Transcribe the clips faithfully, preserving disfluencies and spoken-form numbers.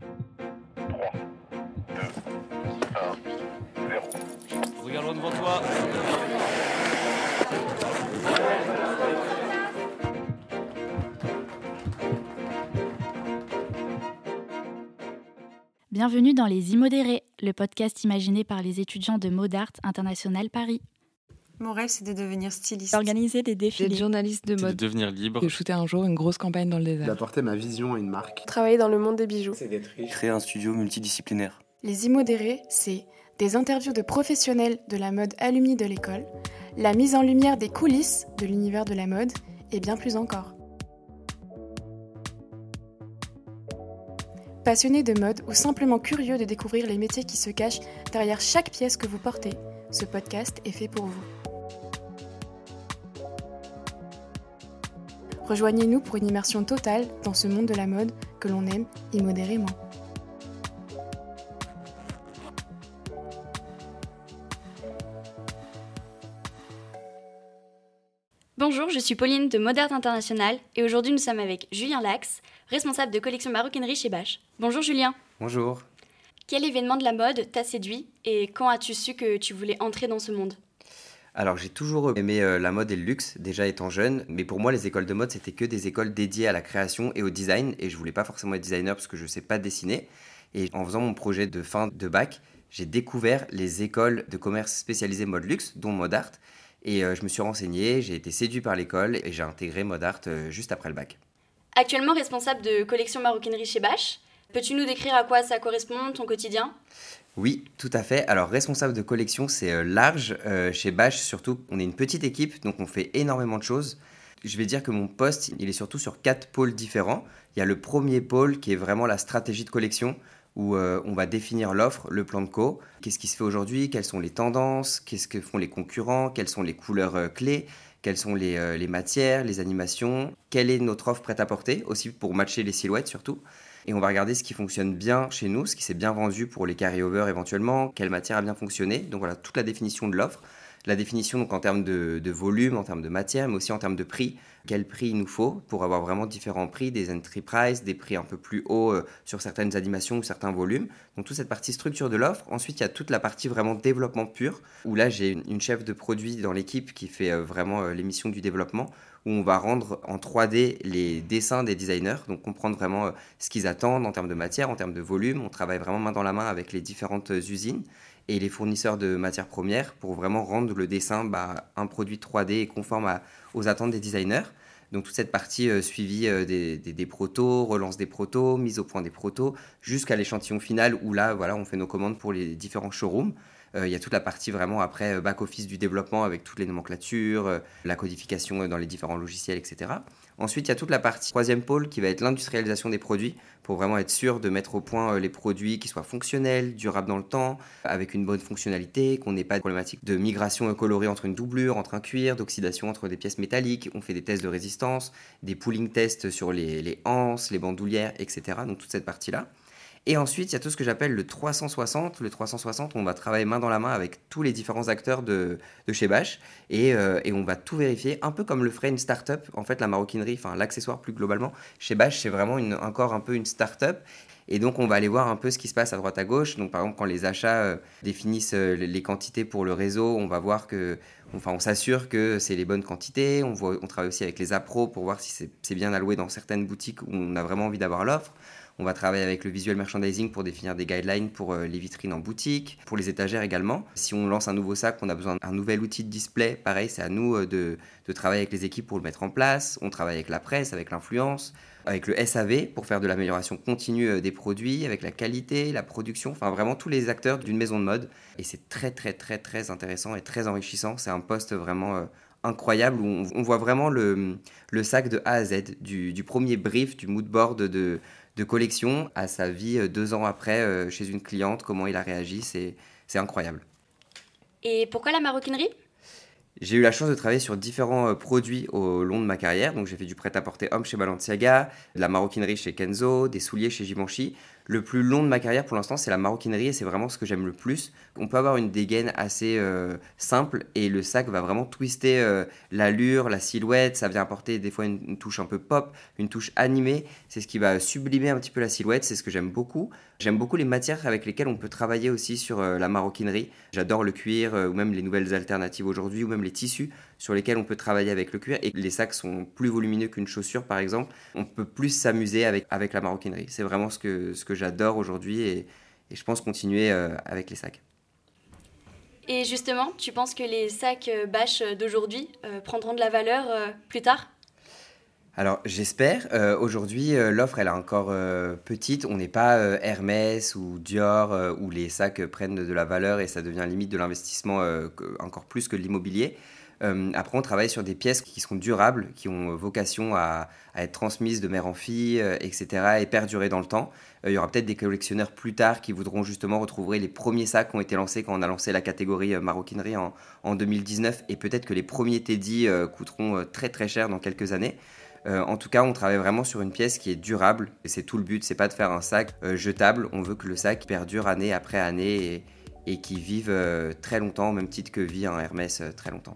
trois, deux, un, zéro. Regarde loin devant toi. Bienvenue dans Les Immodérés, le podcast imaginé par les étudiants de Modart International Paris. Mon rêve, c'est de devenir styliste. D'organiser des défilés. D'être journaliste de C'est de mode. devenir libre. De shooter un jour une grosse campagne dans le désert. D'apporter ma vision à une marque. Travailler dans le monde des bijoux. C'est d'être riche. Créer un studio multidisciplinaire. Les Immodérés, c'est des interviews de professionnels de la mode alumni de l'école, la mise en lumière des coulisses de l'univers de la mode et bien plus encore. Passionnés de mode ou simplement curieux de découvrir les métiers qui se cachent derrière chaque pièce que vous portez, ce podcast est fait pour vous. Rejoignez-nous pour une immersion totale dans ce monde de la mode que l'on aime immodérément. Bonjour, je suis Pauline de Modart International et aujourd'hui nous sommes avec Julien Lax, responsable de collection maroquinerie chez Bache. Bonjour Julien. Bonjour. Quel événement de la mode t'a séduit et quand as-tu su que tu voulais entrer dans ce monde ? Alors j'ai toujours aimé euh, la mode et le luxe, déjà étant jeune, mais pour moi les écoles de mode c'était que des écoles dédiées à la création et au design, et je voulais pas forcément être designer parce que je sais pas dessiner. Et en faisant mon projet de fin de bac, j'ai découvert les écoles de commerce spécialisées mode luxe, dont Modart, et euh, je me suis renseigné, j'ai été séduit par l'école et j'ai intégré Modart euh, juste après le bac. Actuellement responsable de collection maroquinerie chez Bache, peux-tu nous décrire à quoi ça correspond, ton quotidien ? Oui, tout à fait. Alors, responsable de collection, c'est euh, large. Euh, chez Bache, surtout, on est une petite équipe, donc on fait énormément de choses. Je vais dire que mon poste, il est surtout sur quatre pôles différents. Il y a le premier pôle qui est vraiment la stratégie de collection, où euh, on va définir l'offre, le plan de co. Qu'est-ce qui se fait aujourd'hui ? Quelles sont les tendances ? Qu'est-ce que font les concurrents ? Quelles sont les couleurs euh, clés ? Quelles sont les, euh, les matières, les animations ? Quelle est notre offre prête à porter ? Aussi pour matcher les silhouettes, surtout. Et on va regarder ce qui fonctionne bien chez nous, ce qui s'est bien vendu pour les carry-over éventuellement, quelle matière a bien fonctionné. Donc voilà, toute la définition de l'offre. La définition donc en termes de, de volume, en termes de matière, mais aussi en termes de prix. Quel prix il nous faut pour avoir vraiment différents prix, des entry price, des prix un peu plus hauts euh, sur certaines animations ou certains volumes. Donc toute cette partie structure de l'offre. Ensuite, il y a toute la partie vraiment développement pur, où là j'ai une, une chef de produit dans l'équipe qui fait euh, vraiment euh, l'émission du développement, où on va rendre en trois D les dessins des designers, donc comprendre vraiment euh, ce qu'ils attendent en termes de matière, en termes de volume. On travaille vraiment main dans la main avec les différentes euh, usines et les fournisseurs de matières premières pour vraiment rendre le dessin bah, un produit trois D et conforme à, aux attentes des designers. Donc toute cette partie euh, suivie euh, des, des, des protos, relance des protos, mise au point des protos, jusqu'à l'échantillon final où là, voilà, on fait nos commandes pour les différents showrooms. Il euh, y a toute la partie vraiment après euh, back-office du développement avec toutes les nomenclatures, euh, la codification euh, dans les différents logiciels, et cetera. Ensuite, il y a toute la partie troisième pôle qui va être l'industrialisation des produits pour vraiment être sûr de mettre au point euh, les produits qui soient fonctionnels, durables dans le temps, avec une bonne fonctionnalité, qu'on n'ait pas de problématique de migration euh, colorée entre une doublure, entre un cuir, d'oxydation entre des pièces métalliques. On fait des tests de résistance, des pooling tests sur les, les anses, les bandoulières, et cetera. Donc toute cette partie-là. Et ensuite, il y a tout ce que j'appelle le trois cent soixante. Le trois cent soixante, on va travailler main dans la main avec tous les différents acteurs de, de chez Bache et, euh, et on va tout vérifier, un peu comme le ferait une start-up. En fait, la maroquinerie, enfin l'accessoire plus globalement, chez Bache, c'est vraiment une, encore un peu une start-up. Et donc, on va aller voir un peu ce qui se passe à droite à gauche. Donc, par exemple, quand les achats euh, définissent euh, les quantités pour le réseau, on va voir que, enfin, on s'assure que c'est les bonnes quantités. On, voit, on travaille aussi avec les appros pour voir si c'est, c'est bien alloué dans certaines boutiques où on a vraiment envie d'avoir l'offre. On va travailler avec le visual merchandising pour définir des guidelines pour euh, les vitrines en boutique, pour les étagères également. Si on lance un nouveau sac, on a besoin d'un nouvel outil de display. Pareil, c'est à nous euh, de, de travailler avec les équipes pour le mettre en place. On travaille avec la presse, avec l'influence, avec le S A V pour faire de l'amélioration continue euh, des produits, avec la qualité, la production, enfin vraiment tous les acteurs d'une maison de mode. Et c'est très très très très intéressant et très enrichissant. C'est un poste vraiment euh, incroyable où on, on voit vraiment le, le sac de A à Z, du, du premier brief, du mood board de... de collection à sa vie euh, deux ans après euh, chez une cliente, comment il a réagi, c'est, c'est incroyable. Et pourquoi la maroquinerie ? J'ai eu la chance de travailler sur différents euh, produits au long de ma carrière. Donc j'ai fait du prêt-à-porter homme chez Balenciaga, de la maroquinerie chez Kenzo, des souliers chez Givenchy. le plus long de ma carrière pour l'instant, c'est la maroquinerie et c'est vraiment ce que j'aime le plus. On peut avoir une dégaine assez euh, simple et le sac va vraiment twister euh, l'allure, la silhouette. Ça vient apporter des fois une, une touche un peu pop, une touche animée. C'est ce qui va sublimer un petit peu la silhouette. C'est ce que j'aime beaucoup. J'aime beaucoup les matières avec lesquelles on peut travailler aussi sur euh, la maroquinerie. J'adore le cuir euh, ou même les nouvelles alternatives aujourd'hui ou même les tissus sur lesquels on peut travailler avec le cuir. Et les sacs sont plus volumineux qu'une chaussure par exemple. On peut plus s'amuser avec, avec la maroquinerie. C'est vraiment ce que, ce que j'adore aujourd'hui et, et je pense continuer euh, avec les sacs. Et justement, tu penses que les sacs euh, Bâche d'aujourd'hui euh, prendront de la valeur euh, plus tard ? Alors j'espère. Euh, aujourd'hui, euh, l'offre elle est encore euh, petite. On n'est pas euh, Hermès ou Dior euh, où les sacs euh, prennent de la valeur et ça devient limite de l'investissement euh, que- encore plus que de l'immobilier. Euh, après, on travaille sur des pièces qui sont durables, qui ont vocation à, à être transmises de mère en fille, euh, et cetera, et perdurer dans le temps. Euh, il y aura peut-être des collectionneurs plus tard qui voudront justement retrouver les premiers sacs qui ont été lancés quand on a lancé la catégorie euh, maroquinerie en, en deux mille dix-neuf, et peut-être que les premiers Teddy euh, coûteront euh, très très cher dans quelques années. Euh, en tout cas, on travaille vraiment sur une pièce qui est durable, et c'est tout le but, c'est pas de faire un sac euh, jetable, on veut que le sac perdure année après année et, et qu'il vive euh, très longtemps, au même titre que vit un Hermès euh, très longtemps.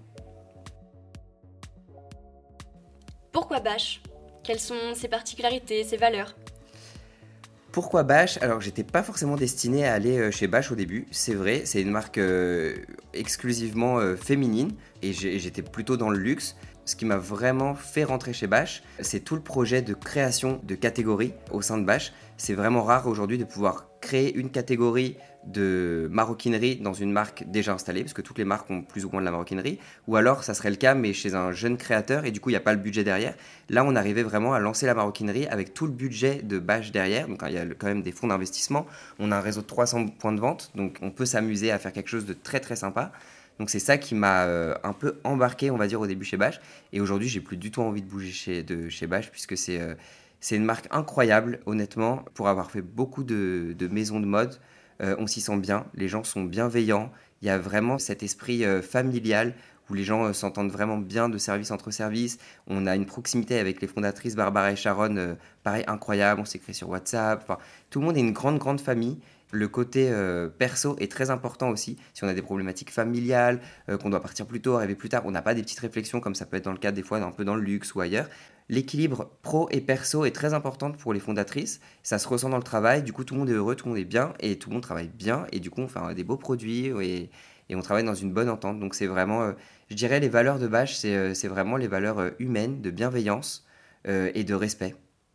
Pourquoi Bâche ? Quelles sont ses particularités, ses valeurs ? Pourquoi Bâche ? Alors, j'étais pas forcément destiné à aller euh, chez Bâche au début, c'est vrai, c'est une marque euh, exclusivement euh, féminine et j'ai- j'étais plutôt dans le luxe. Ce qui m'a vraiment fait rentrer chez Bâche, c'est tout le projet de création de catégories au sein de Bâche. C'est vraiment rare aujourd'hui de pouvoir créer une catégorie de maroquinerie dans une marque déjà installée, parce que toutes les marques ont plus ou moins de la maroquinerie, ou alors ça serait le cas mais chez un jeune créateur et du coup il n'y a pas le budget derrière. Là on arrivait vraiment à lancer la maroquinerie avec tout le budget de Bâche derrière, donc il y a quand même des fonds d'investissement, on a un réseau de trois cents points de vente, donc on peut s'amuser à faire quelque chose de très très sympa. Donc c'est ça qui m'a euh, un peu embarqué, on va dire, au début chez Bâche. Et aujourd'hui, j'ai plus du tout envie de bouger chez, de chez Bâche, puisque c'est, euh, c'est une marque incroyable, honnêtement, pour avoir fait beaucoup de, de maisons de mode. Euh, on s'y sent bien, les gens sont bienveillants. Il y a vraiment cet esprit euh, familial où les gens euh, s'entendent vraiment bien de service entre services. On a une proximité avec les fondatrices Barbara et Sharon, euh, pareil, incroyable. On s'écrit sur WhatsApp. Enfin, tout le monde est une grande, grande famille. Le côté euh, perso est très important aussi. Si on a des problématiques familiales, euh, qu'on doit partir plus tôt, arriver plus tard, on n'a pas des petites réflexions comme ça peut être dans le cas des fois un peu dans le luxe ou ailleurs. L'équilibre pro et perso est très important pour les fondatrices. Ça se ressent dans le travail. Du coup, tout le monde est heureux, tout le monde est bien et tout le monde travaille bien. Et du coup, on fait euh, des beaux produits et, et on travaille dans une bonne entente. Donc, c'est vraiment, euh, je dirais, les valeurs de Bâche, c'est, euh, c'est vraiment les valeurs euh, humaines, de bienveillance euh, et de respect.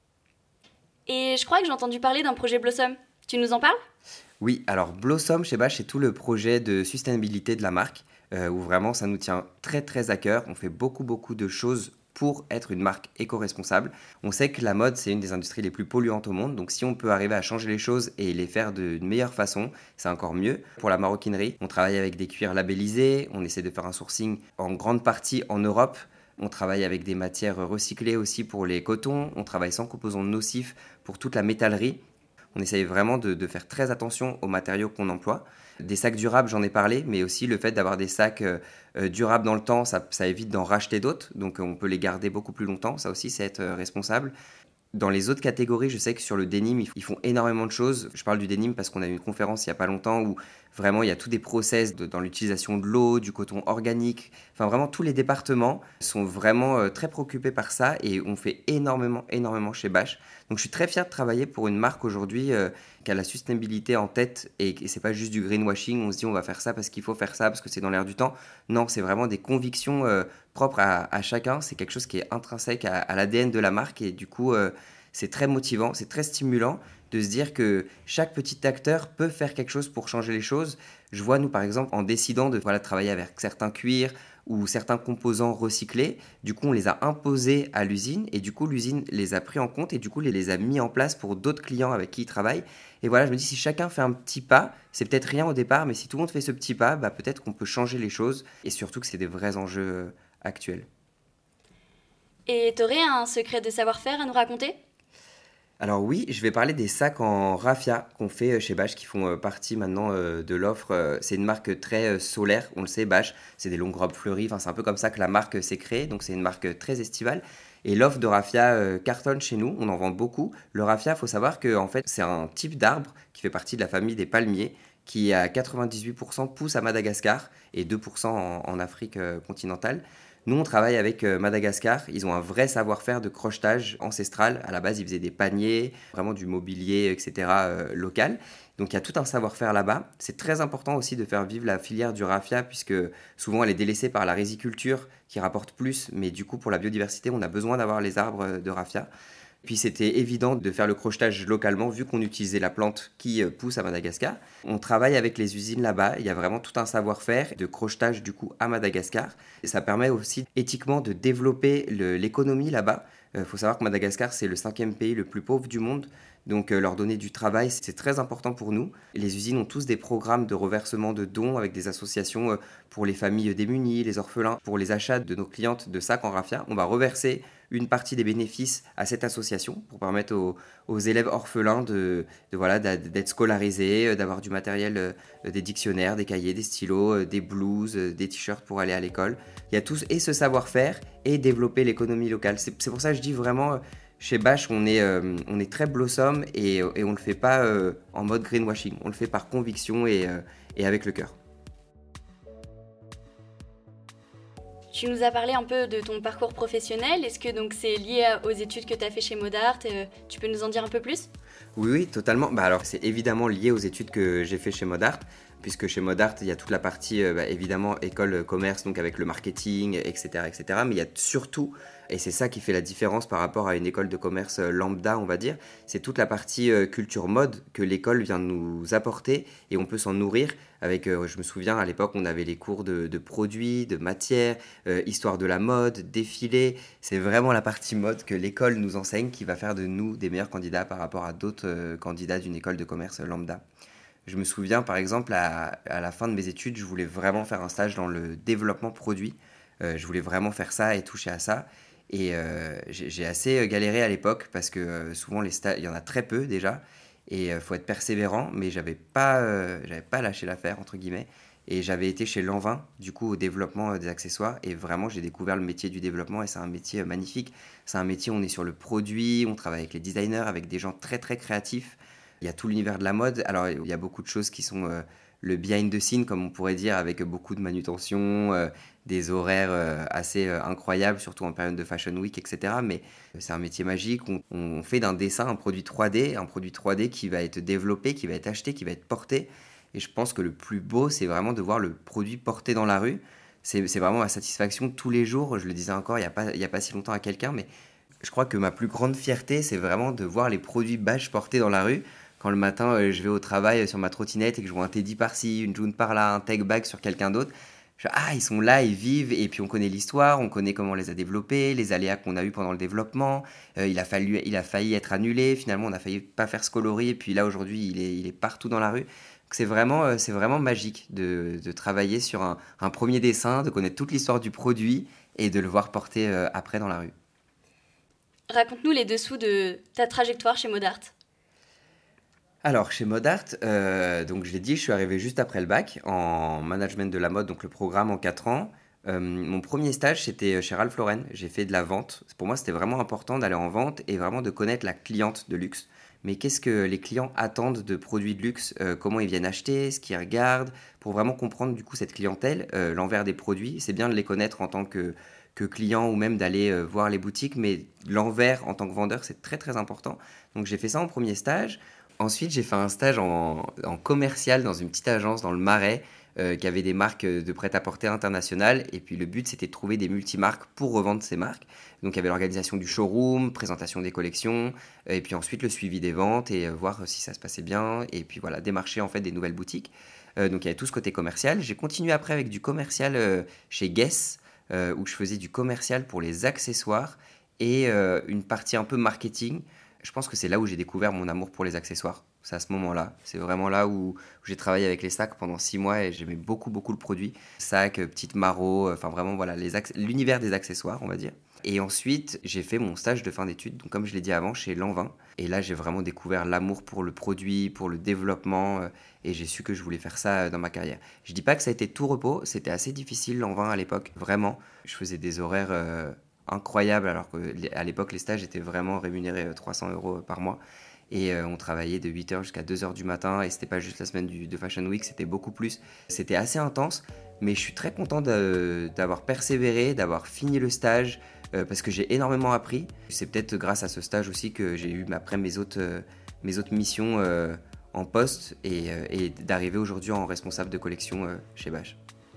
Et je crois que j'ai entendu parler d'un projet Blossom. Tu nous en parles ? Oui, alors Blossom chez Bâche, c'est tout le projet de sustainabilité de la marque, euh, où vraiment ça nous tient très très à cœur. On fait beaucoup beaucoup de choses pour être une marque éco-responsable. On sait que la mode, c'est une des industries les plus polluantes au monde, donc si on peut arriver à changer les choses et les faire d'une meilleure façon, c'est encore mieux. Pour la maroquinerie, on travaille avec des cuirs labellisés, on essaie de faire un sourcing en grande partie en Europe. On travaille avec des matières recyclées aussi pour les cotons, on travaille sans composants nocifs pour toute la métallerie. On essaye vraiment de, de faire très attention aux matériaux qu'on emploie. Des sacs durables, j'en ai parlé, mais aussi le fait d'avoir des sacs euh, euh, durables dans le temps, ça, ça évite d'en racheter d'autres, donc on peut les garder beaucoup plus longtemps, ça aussi c'est être euh, responsable. Dans les autres catégories, je sais que sur le denim, ils font énormément de choses. Je parle du denim parce qu'on a eu une conférence il n'y a pas longtemps où vraiment il y a tous des process de, dans l'utilisation de l'eau, du coton organique. Enfin vraiment tous les départements sont vraiment euh, très préoccupés par ça et on fait énormément, énormément chez Bâche. Donc je suis très fier de travailler pour une marque aujourd'hui euh, qui a la sustainabilité en tête et, et c'est pas juste du greenwashing. On se dit on va faire ça parce qu'il faut faire ça parce que c'est dans l'air du temps. Non, c'est vraiment des convictions euh, propres à, à chacun. C'est quelque chose qui est intrinsèque à, à l'A D N de la marque et du coup euh, c'est très motivant, c'est très stimulant de se dire que chaque petit acteur peut faire quelque chose pour changer les choses. Je vois, nous, par exemple, en décidant de voilà, travailler avec certains cuirs ou certains composants recyclés, du coup, on les a imposés à l'usine et du coup, l'usine les a pris en compte et du coup, les, les a mis en place pour d'autres clients avec qui ils travaillent. Et voilà, je me dis, si chacun fait un petit pas, c'est peut-être rien au départ, mais si tout le monde fait ce petit pas, bah, peut-être qu'on peut changer les choses et surtout que c'est des vrais enjeux euh, actuels. Et t'aurais un secret de savoir-faire à nous raconter ? Alors oui, je vais parler des sacs en raffia qu'on fait chez Bâche, qui font partie maintenant de l'offre. C'est une marque très solaire, on le sait, Bâche. C'est des longues robes fleuries, enfin, c'est un peu comme ça que la marque s'est créée. Donc c'est une marque très estivale. Et l'offre de raffia cartonne chez nous, on en vend beaucoup. Le raffia, il faut savoir que en fait, c'est un type d'arbre qui fait partie de la famille des palmiers, qui à quatre-vingt-dix-huit pour cent pousse à Madagascar et deux pour cent en, en Afrique continentale. Nous, on travaille avec Madagascar. Ils ont un vrai savoir-faire de crochetage ancestral. À la base, ils faisaient des paniers, vraiment du mobilier, et cetera euh, local. Donc, il y a tout un savoir-faire là-bas. C'est très important aussi de faire vivre la filière du raffia, puisque souvent, elle est délaissée par la riziculture, qui rapporte plus. Mais du coup, pour la biodiversité, on a besoin d'avoir les arbres de raffia. Puis c'était évident de faire le crochetage localement vu qu'on utilisait la plante qui pousse à Madagascar. On travaille avec les usines là-bas, il y a vraiment tout un savoir-faire de crochetage du coup à Madagascar. Et ça permet aussi éthiquement de développer le, l'économie là-bas. Il euh, faut savoir que Madagascar c'est le cinquième pays le plus pauvre du monde. Donc euh, leur donner du travail, c'est très important pour nous. Les usines ont tous des programmes de reversement de dons avec des associations euh, pour les familles démunies, les orphelins. Pour les achats de nos clientes de sacs en raffia, on va reverser une partie des bénéfices à cette association pour permettre aux, aux élèves orphelins de, de, voilà, d'être scolarisés, d'avoir du matériel, euh, des dictionnaires, des cahiers, des stylos, euh, des blouses, euh, des t-shirts pour aller à l'école. Il y a tous et ce savoir-faire et développer l'économie locale. C'est, c'est pour ça que je dis vraiment... Euh, Chez Bâche, on est, euh, on est très blossom et, et on ne le fait pas euh, en mode greenwashing. On le fait par conviction et, euh, et avec le cœur. Tu nous as parlé un peu de ton parcours professionnel. Est-ce que donc c'est lié aux études que tu as fait chez Modart ? euh, Tu peux nous en dire un peu plus ? Oui, oui, totalement. Bah alors, c'est évidemment lié aux études que j'ai fait chez Modart, puisque chez Modart, il y a toute la partie, euh, bah, évidemment, école commerce, donc avec le marketing, et cetera, et cetera. Mais il y a surtout, et c'est ça qui fait la différence par rapport à une école de commerce lambda, on va dire, c'est toute la partie euh, culture mode que l'école vient nous apporter et on peut s'en nourrir. Avec, euh, je me souviens, à l'époque, on avait les cours de, de produits, de matières, euh, histoire de la mode, défilé. C'est vraiment la partie mode que l'école nous enseigne qui va faire de nous des meilleurs candidats par rapport à d'autres euh, candidats d'une école de commerce lambda. Je me souviens, par exemple, à, à la fin de mes études, je voulais vraiment faire un stage dans le développement produit. Euh, je voulais vraiment faire ça et toucher à ça. Et euh, j'ai, j'ai assez galéré à l'époque parce que euh, souvent, les stages, il y en a très peu déjà. Et il euh, faut être persévérant, mais j'avais pas, euh, j'avais pas lâché l'affaire, entre guillemets. Et j'avais été chez Lanvin, du coup, au développement euh, des accessoires. Et vraiment, j'ai découvert le métier du développement et c'est un métier euh, magnifique. C'est un métier où on est sur le produit, on travaille avec les designers, avec des gens très, très créatifs. Il y a tout l'univers de la mode. Alors, il y a beaucoup de choses qui sont euh, le behind the scene, comme on pourrait dire, avec beaucoup de manutention, euh, des horaires euh, assez euh, incroyables, surtout en période de Fashion Week, et cetera. Mais c'est un métier magique. On, on fait d'un dessin un produit trois D, un produit trois D qui va être développé, qui va être acheté, qui va être porté. Et je pense que le plus beau, c'est vraiment de voir le produit porté dans la rue. C'est, c'est vraiment ma satisfaction tous les jours. Je le disais encore il n'y a pas, il y a pas si longtemps à quelqu'un, mais je crois que ma plus grande fierté, c'est vraiment de voir les produits Bâche portés dans la rue. Quand le matin, euh, je vais au travail sur ma trottinette et que je vois un Teddy par-ci, une June par-là, un Tech Bag sur quelqu'un d'autre, je dis, ah, ils sont là, ils vivent, et puis on connaît l'histoire, on connaît comment on les a développés, les aléas qu'on a eu pendant le développement, euh, il, a fallu, il a failli être annulé, finalement on a failli pas faire ce coloris, et puis là aujourd'hui il est, il est partout dans la rue. Donc c'est vraiment, euh, c'est vraiment magique de, de travailler sur un, un premier dessin, de connaître toute l'histoire du produit et de le voir porter euh, après dans la rue. Raconte-nous les dessous de ta trajectoire chez Modart. Alors, chez Modart, euh, donc je l'ai dit, je suis arrivé juste après le bac en management de la mode, donc le programme en quatre ans. Euh, mon premier stage, c'était chez Ralph Lauren. J'ai fait de la vente. Pour moi, c'était vraiment important d'aller en vente et vraiment de connaître la cliente de luxe. Mais qu'est-ce que les clients attendent de produits de luxe, euh, comment ils viennent acheter, ce qu'ils regardent, pour vraiment comprendre du coup cette clientèle, euh, l'envers des produits. C'est bien de les connaître en tant que, que client ou même d'aller euh, voir les boutiques, mais l'envers en tant que vendeur, c'est très très important. Donc j'ai fait ça en premier stage. Ensuite, j'ai fait un stage en, en commercial dans une petite agence dans le Marais euh, qui avait des marques de prêt-à-porter internationales. Et puis le but, c'était de trouver des multimarques pour revendre ces marques. Donc il y avait l'organisation du showroom, présentation des collections, et puis ensuite le suivi des ventes et euh, voir si ça se passait bien. Et puis voilà, démarcher en fait des nouvelles boutiques. Euh, donc il y avait tout ce côté commercial. J'ai continué après avec du commercial euh, chez Guess, euh, où je faisais du commercial pour les accessoires et euh, une partie un peu marketing. Je pense que c'est là où j'ai découvert mon amour pour les accessoires. C'est à ce moment-là. C'est vraiment là où, où j'ai travaillé avec les sacs pendant six mois et j'aimais beaucoup, beaucoup le produit. Sacs, petites marauds, enfin vraiment, voilà, les acc- l'univers des accessoires, on va dire. Et ensuite, j'ai fait mon stage de fin d'études, donc comme je l'ai dit avant, chez Lanvin. Et là, j'ai vraiment découvert l'amour pour le produit, pour le développement, euh, et j'ai su que je voulais faire ça euh, dans ma carrière. Je dis pas que ça a été tout repos, c'était assez difficile l'an vingt à l'époque, vraiment. Je faisais des horaires euh, incroyables, alors qu'à l'époque, les stages étaient vraiment rémunérés euh, trois cents euros par mois. Et euh, on travaillait de huit heures jusqu'à deux heures du matin, et c'était pas juste la semaine du, de Fashion Week, c'était beaucoup plus. C'était assez intense, mais je suis très content de, d'avoir persévéré, d'avoir fini le stage, euh, parce que j'ai énormément appris. C'est peut-être grâce à ce stage aussi que j'ai eu après mes autres, euh, mes autres missions euh, en poste, et, euh, et d'arriver aujourd'hui en responsable de collection euh, chez Bache.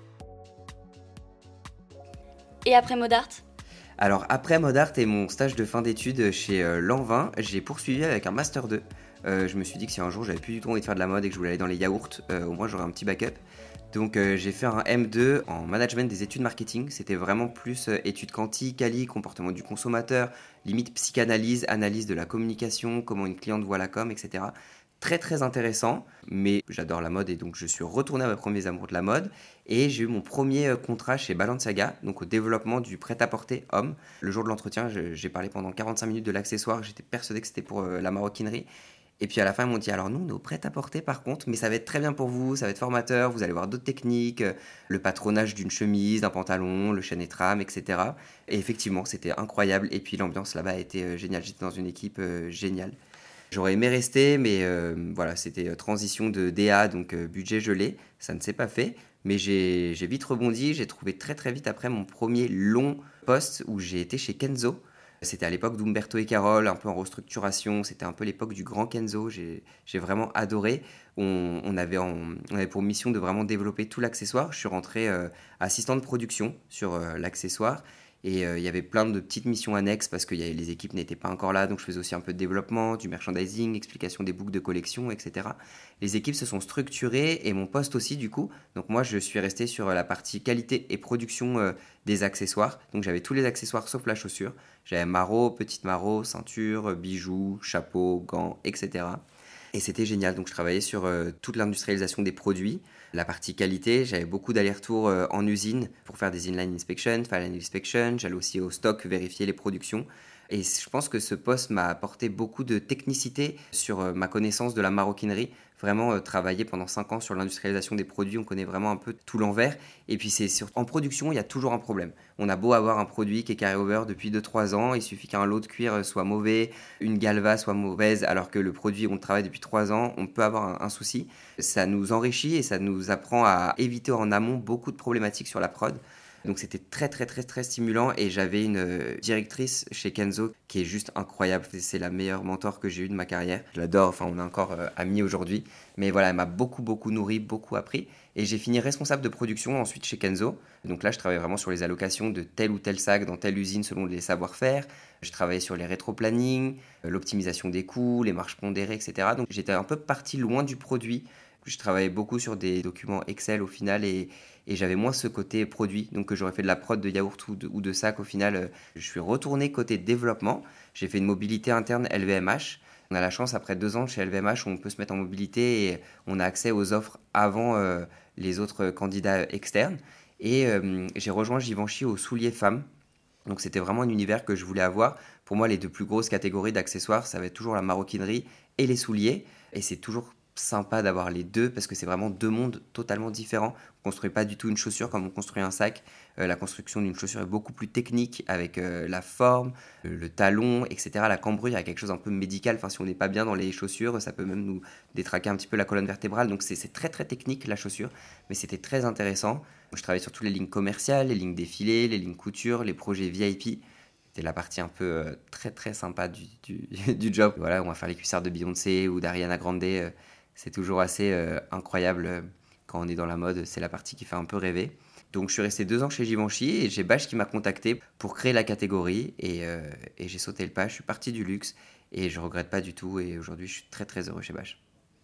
Et après Modart ? Alors après Modart et mon stage de fin d'études chez euh, Lanvin, j'ai poursuivi avec un Master deux. Euh, je me suis dit que si un jour j'avais plus du tout envie de faire de la mode et que je voulais aller dans les yaourts, euh, au moins j'aurais un petit backup. Donc euh, j'ai fait un M deux en management des études marketing. C'était vraiment plus euh, études quanti, quali, comportement du consommateur, limite psychanalyse, analyse de la communication, comment une cliente voit la com, et cetera. Très très intéressant, mais j'adore la mode et donc je suis retourné à mes premiers amours de la mode et j'ai eu mon premier contrat chez Balenciaga, donc au développement du prêt-à-porter homme. Le jour de l'entretien, j'ai parlé pendant quarante-cinq minutes de l'accessoire, j'étais persuadé que c'était pour la maroquinerie. Et puis à la fin, ils m'ont dit, alors nous, on est au prêt-à-porter par contre, mais ça va être très bien pour vous, ça va être formateur, vous allez voir d'autres techniques, le patronage d'une chemise, d'un pantalon, le chaîne et trame, et cetera. Et effectivement, c'était incroyable et puis l'ambiance là-bas a été géniale, j'étais dans une équipe euh, géniale. J'aurais aimé rester, mais euh, voilà, c'était transition de D A, donc euh, budget gelé, ça ne s'est pas fait. Mais j'ai, j'ai vite rebondi, j'ai trouvé très très vite après mon premier long poste où j'ai été chez Kenzo. C'était à l'époque d'Umberto et Carole, un peu en restructuration, c'était un peu l'époque du grand Kenzo, j'ai, j'ai vraiment adoré. On, on, avait en, on avait pour mission de vraiment développer tout l'accessoire. Je suis rentré euh, assistant de production sur euh, l'accessoire. Et il euh, y avait plein de petites missions annexes parce que y avait, les équipes n'étaient pas encore là, donc je faisais aussi un peu de développement, du merchandising, explication des books de collection, et cetera. Les équipes se sont structurées et mon poste aussi du coup. Donc moi je suis resté sur la partie qualité et production euh, des accessoires. Donc j'avais tous les accessoires sauf la chaussure. J'avais maro, petite maro, ceinture, bijoux, chapeau, gants, et cetera. Et c'était génial, donc je travaillais sur euh, toute l'industrialisation des produits. La partie qualité, j'avais beaucoup d'allers-retours euh, en usine pour faire des inline inspection, final inspection. J'allais aussi au stock vérifier les productions. Et je pense que ce poste m'a apporté beaucoup de technicité sur euh, ma connaissance de la maroquinerie. Vraiment euh, travailler pendant cinq ans sur l'industrialisation des produits, on connaît vraiment un peu tout l'envers. Et puis c'est sur... en production, il y a toujours un problème. On a beau avoir un produit qui est carry-over depuis deux trois ans, il suffit qu'un lot de cuir soit mauvais, une galva soit mauvaise, alors que le produit, on le travaille depuis trois ans, on peut avoir un, un souci. Ça nous enrichit et ça nous apprend à éviter en amont beaucoup de problématiques sur la prod. Donc c'était très très très très stimulant et j'avais une directrice chez Kenzo qui est juste incroyable. C'est la meilleure mentor que j'ai eue de ma carrière. Je l'adore, enfin on est encore euh, amis aujourd'hui. Mais voilà, elle m'a beaucoup beaucoup nourri, beaucoup appris. Et j'ai fini responsable de production ensuite chez Kenzo. Donc là je travaillais vraiment sur les allocations de tel ou tel sac dans telle usine selon les savoir-faire. Je travaillais sur les rétro-planning, l'optimisation des coûts, les marges pondérées, et cetera. Donc j'étais un peu parti loin du produit. Je travaillais beaucoup sur des documents Excel au final et, et j'avais moins ce côté produit. Donc j'aurais fait de la prod de yaourt ou de, ou de sac au final. Je suis retourné côté développement. J'ai fait une mobilité interne L V M H. On a la chance après deux ans chez L V M H où on peut se mettre en mobilité et on a accès aux offres avant euh, les autres candidats externes. Et euh, j'ai rejoint Givenchy aux souliers femmes. Donc c'était vraiment un univers que je voulais avoir. Pour moi, les deux plus grosses catégories d'accessoires, ça va être toujours la maroquinerie et les souliers. Et c'est toujours sympa d'avoir les deux parce que c'est vraiment deux mondes totalement différents. On ne construit pas du tout une chaussure comme on construit un sac. Euh, la construction d'une chaussure est beaucoup plus technique avec euh, la forme, le, le talon, et cetera. La cambrure, il y a quelque chose un peu médical. Enfin, si on n'est pas bien dans les chaussures, ça peut même nous détraquer un petit peu la colonne vertébrale. Donc c'est, c'est très très technique la chaussure, mais c'était très intéressant. Je travaillais sur toutes les lignes commerciales, les lignes défilées, les lignes couture, les projets V I P. C'était la partie un peu euh, très très sympa du, du, du job. Voilà, on va faire les cuissards de Beyoncé ou d'Ariana Grande. Euh, c'est toujours assez euh, incroyable euh, quand on est dans la mode. C'est la partie qui fait un peu rêver. Donc je suis resté deux ans chez Givenchy et j'ai Bache qui m'a contacté pour créer la catégorie. Et, euh, et j'ai sauté le pas, je suis parti du luxe et je regrette pas du tout. Et aujourd'hui, je suis très très heureux chez Bache.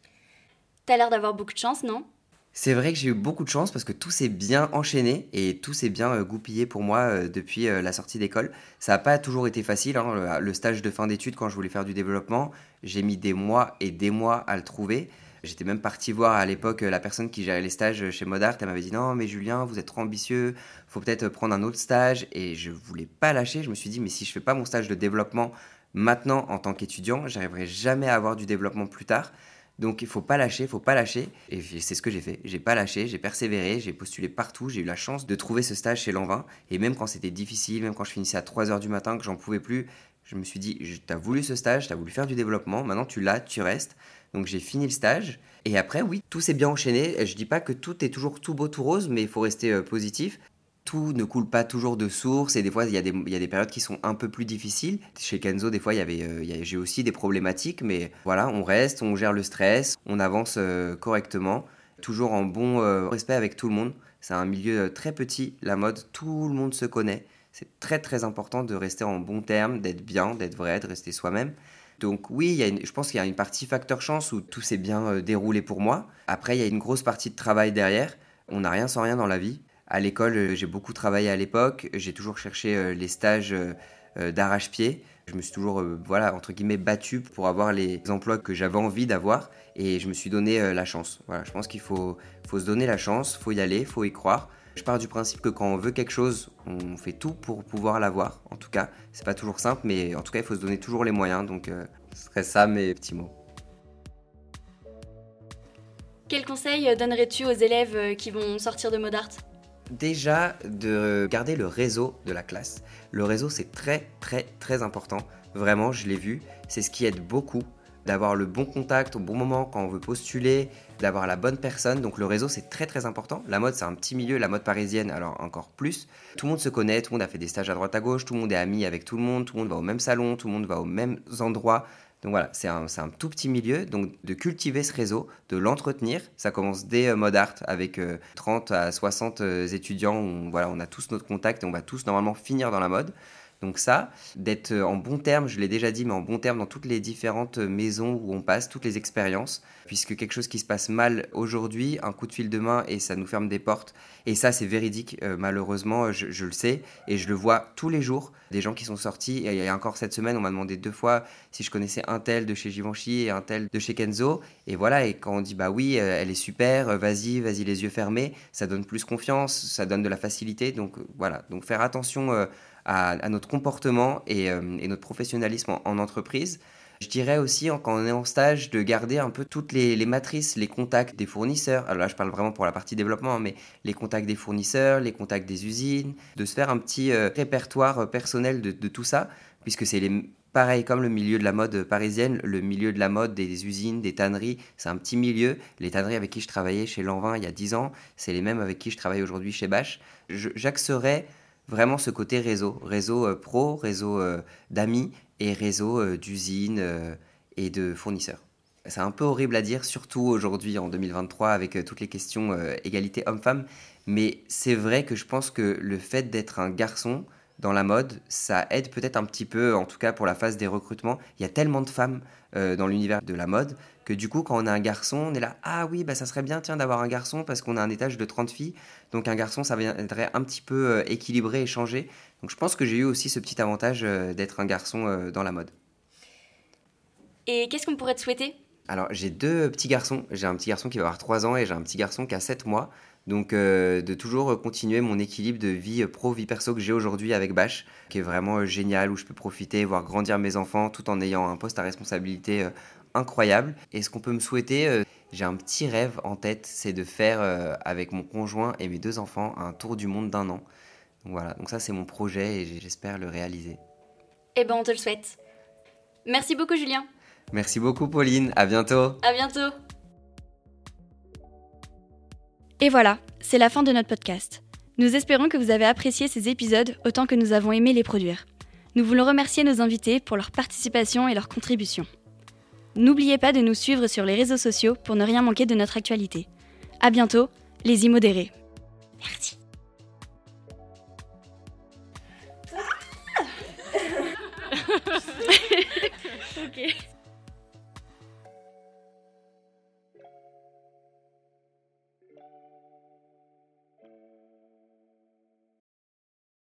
T'as l'air d'avoir beaucoup de chance, non ? C'est vrai que j'ai eu beaucoup de chance parce que tout s'est bien enchaîné et tout s'est bien euh, goupillé pour moi euh, depuis euh, la sortie d'école. Ça n'a pas toujours été facile, hein, le, le stage de fin d'études quand je voulais faire du développement, j'ai mis des mois et des mois à le trouver. J'étais même parti voir à l'époque la personne qui gérait les stages chez Modart. Elle m'avait dit « Non mais Julien, vous êtes trop ambitieux, faut peut-être prendre un autre stage » et je voulais pas lâcher. Je me suis dit « Mais si je fais pas mon stage de développement maintenant en tant qu'étudiant, j'arriverai jamais à avoir du développement plus tard. Donc il faut pas lâcher, il faut pas lâcher. Et c'est ce que j'ai fait. J'ai pas lâché, j'ai persévéré, j'ai postulé partout. J'ai eu la chance de trouver ce stage chez Lanvin. Et même quand c'était difficile, même quand je finissais à trois heures du matin, que j'en pouvais plus, je me suis dit, t'as voulu ce stage, t'as voulu faire du développement, maintenant tu l'as, tu restes. Donc j'ai fini le stage. Et après, oui, tout s'est bien enchaîné. Je dis pas que tout est toujours tout beau, tout rose, mais il faut rester euh, positif. Tout ne coule pas toujours de source et des fois il y a des, il y a des périodes qui sont un peu plus difficiles. Chez Kenzo, des fois il y avait, euh, il y a, j'ai aussi des problématiques, mais voilà, on reste, on gère le stress, on avance euh, correctement, toujours en bon euh, respect avec tout le monde. C'est un milieu euh, très petit, la mode, tout le monde se connaît. C'est très très important de rester en bons termes, d'être bien, d'être vrai, de rester soi-même. Donc oui, il y a une, je pense qu'il y a une partie facteur chance où tout s'est bien euh, déroulé pour moi. Après, il y a une grosse partie de travail derrière. On n'a rien sans rien dans la vie. À l'école, j'ai beaucoup travaillé à l'époque. J'ai toujours cherché les stages d'arrache-pied. Je me suis toujours, voilà, entre guillemets, battu pour avoir les emplois que j'avais envie d'avoir. Et je me suis donné la chance. Voilà, je pense qu'il faut, faut se donner la chance, il faut y aller, il faut y croire. Je pars du principe que quand on veut quelque chose, on fait tout pour pouvoir l'avoir. En tout cas, c'est pas toujours simple, mais en tout cas, il faut se donner toujours les moyens. Donc, euh, ce serait ça mes petits mots. Quel conseil donnerais-tu aux élèves qui vont sortir de Modart ? Déjà, de garder le réseau de la classe. Le réseau, c'est très, très, très important. Vraiment, je l'ai vu. C'est ce qui aide beaucoup. D'avoir le bon contact au bon moment quand on veut postuler, d'avoir la bonne personne. Donc le réseau, c'est très, très important. La mode, c'est un petit milieu. La mode parisienne, alors encore plus. Tout le monde se connaît, tout le monde a fait des stages à droite à gauche, tout le monde est ami avec tout le monde, tout le monde va au même salon, tout le monde va aux mêmes endroits. Donc voilà, c'est un, c'est un tout petit milieu, donc de cultiver ce réseau, de l'entretenir. Ça commence dès euh, Modart avec euh, trente à soixante euh, étudiants où on, voilà, on a tous notre contact et on va tous normalement finir dans la mode. Donc ça, d'être en bon terme, je l'ai déjà dit, mais en bon terme dans toutes les différentes maisons où on passe, toutes les expériences, puisque quelque chose qui se passe mal aujourd'hui, un coup de fil demain et ça nous ferme des portes. Et ça, c'est véridique, euh, malheureusement, je, je le sais, et je le vois tous les jours, des gens qui sont sortis, et il y a encore cette semaine, on m'a demandé deux fois si je connaissais un tel de chez Givenchy et un tel de chez Kenzo, et voilà, et quand on dit, bah oui, euh, elle est super, euh, vas-y, vas-y les yeux fermés, ça donne plus confiance, ça donne de la facilité, donc euh, voilà, donc faire attention euh, à, à notre comportement et, euh, et notre professionnalisme en, en entreprise. Je dirais aussi, quand on est en stage, de garder un peu toutes les, les matrices, les contacts des fournisseurs. Alors là, je parle vraiment pour la partie développement, mais les contacts des fournisseurs, les contacts des usines, de se faire un petit euh, répertoire personnel de, de tout ça, puisque c'est les, pareil comme le milieu de la mode parisienne, le milieu de la mode des usines, des tanneries, c'est un petit milieu. Les tanneries avec qui je travaillais chez Lanvin il y a dix ans, c'est les mêmes avec qui je travaille aujourd'hui chez Bache. Je, j'axerais vraiment ce côté réseau, réseau euh, pro, réseau euh, d'amis, et réseau euh, d'usines euh, et de fournisseurs. C'est un peu horrible à dire, surtout aujourd'hui en deux mille vingt-trois avec euh, toutes les questions euh, égalité homme-femme, mais c'est vrai que je pense que le fait d'être un garçon dans la mode, ça aide peut-être un petit peu, en tout cas pour la phase des recrutements. Il y a tellement de femmes euh, dans l'univers de la mode que du coup, quand on a un garçon, on est là, ah oui, bah ça serait bien tiens d'avoir un garçon parce qu'on a un étage de trente filles, donc un garçon, ça viendrait un petit peu euh, équilibrer et changer. Donc je pense que j'ai eu aussi ce petit avantage euh, d'être un garçon euh, dans la mode. Et qu'est-ce qu'on pourrait te souhaiter ? Alors j'ai deux petits garçons, j'ai un petit garçon qui va avoir trois ans et j'ai un petit garçon qui a sept mois. Donc euh, de toujours continuer mon équilibre de vie pro, vie perso que j'ai aujourd'hui avec Bache, qui est vraiment euh, génial, où je peux profiter, voir grandir mes enfants tout en ayant un poste à responsabilité euh, incroyable. Et ce qu'on peut me souhaiter, euh, j'ai un petit rêve en tête, c'est de faire euh, avec mon conjoint et mes deux enfants un tour du monde d'un an. Donc voilà, donc ça c'est mon projet et j'espère le réaliser. Eh ben on te le souhaite. Merci beaucoup Julien. Merci beaucoup Pauline, à bientôt. À bientôt. Et voilà, c'est la fin de notre podcast. Nous espérons que vous avez apprécié ces épisodes autant que nous avons aimé les produire. Nous voulons remercier nos invités pour leur participation et leur contribution. N'oubliez pas de nous suivre sur les réseaux sociaux pour ne rien manquer de notre actualité. À bientôt, les immodérés. Merci. Ok.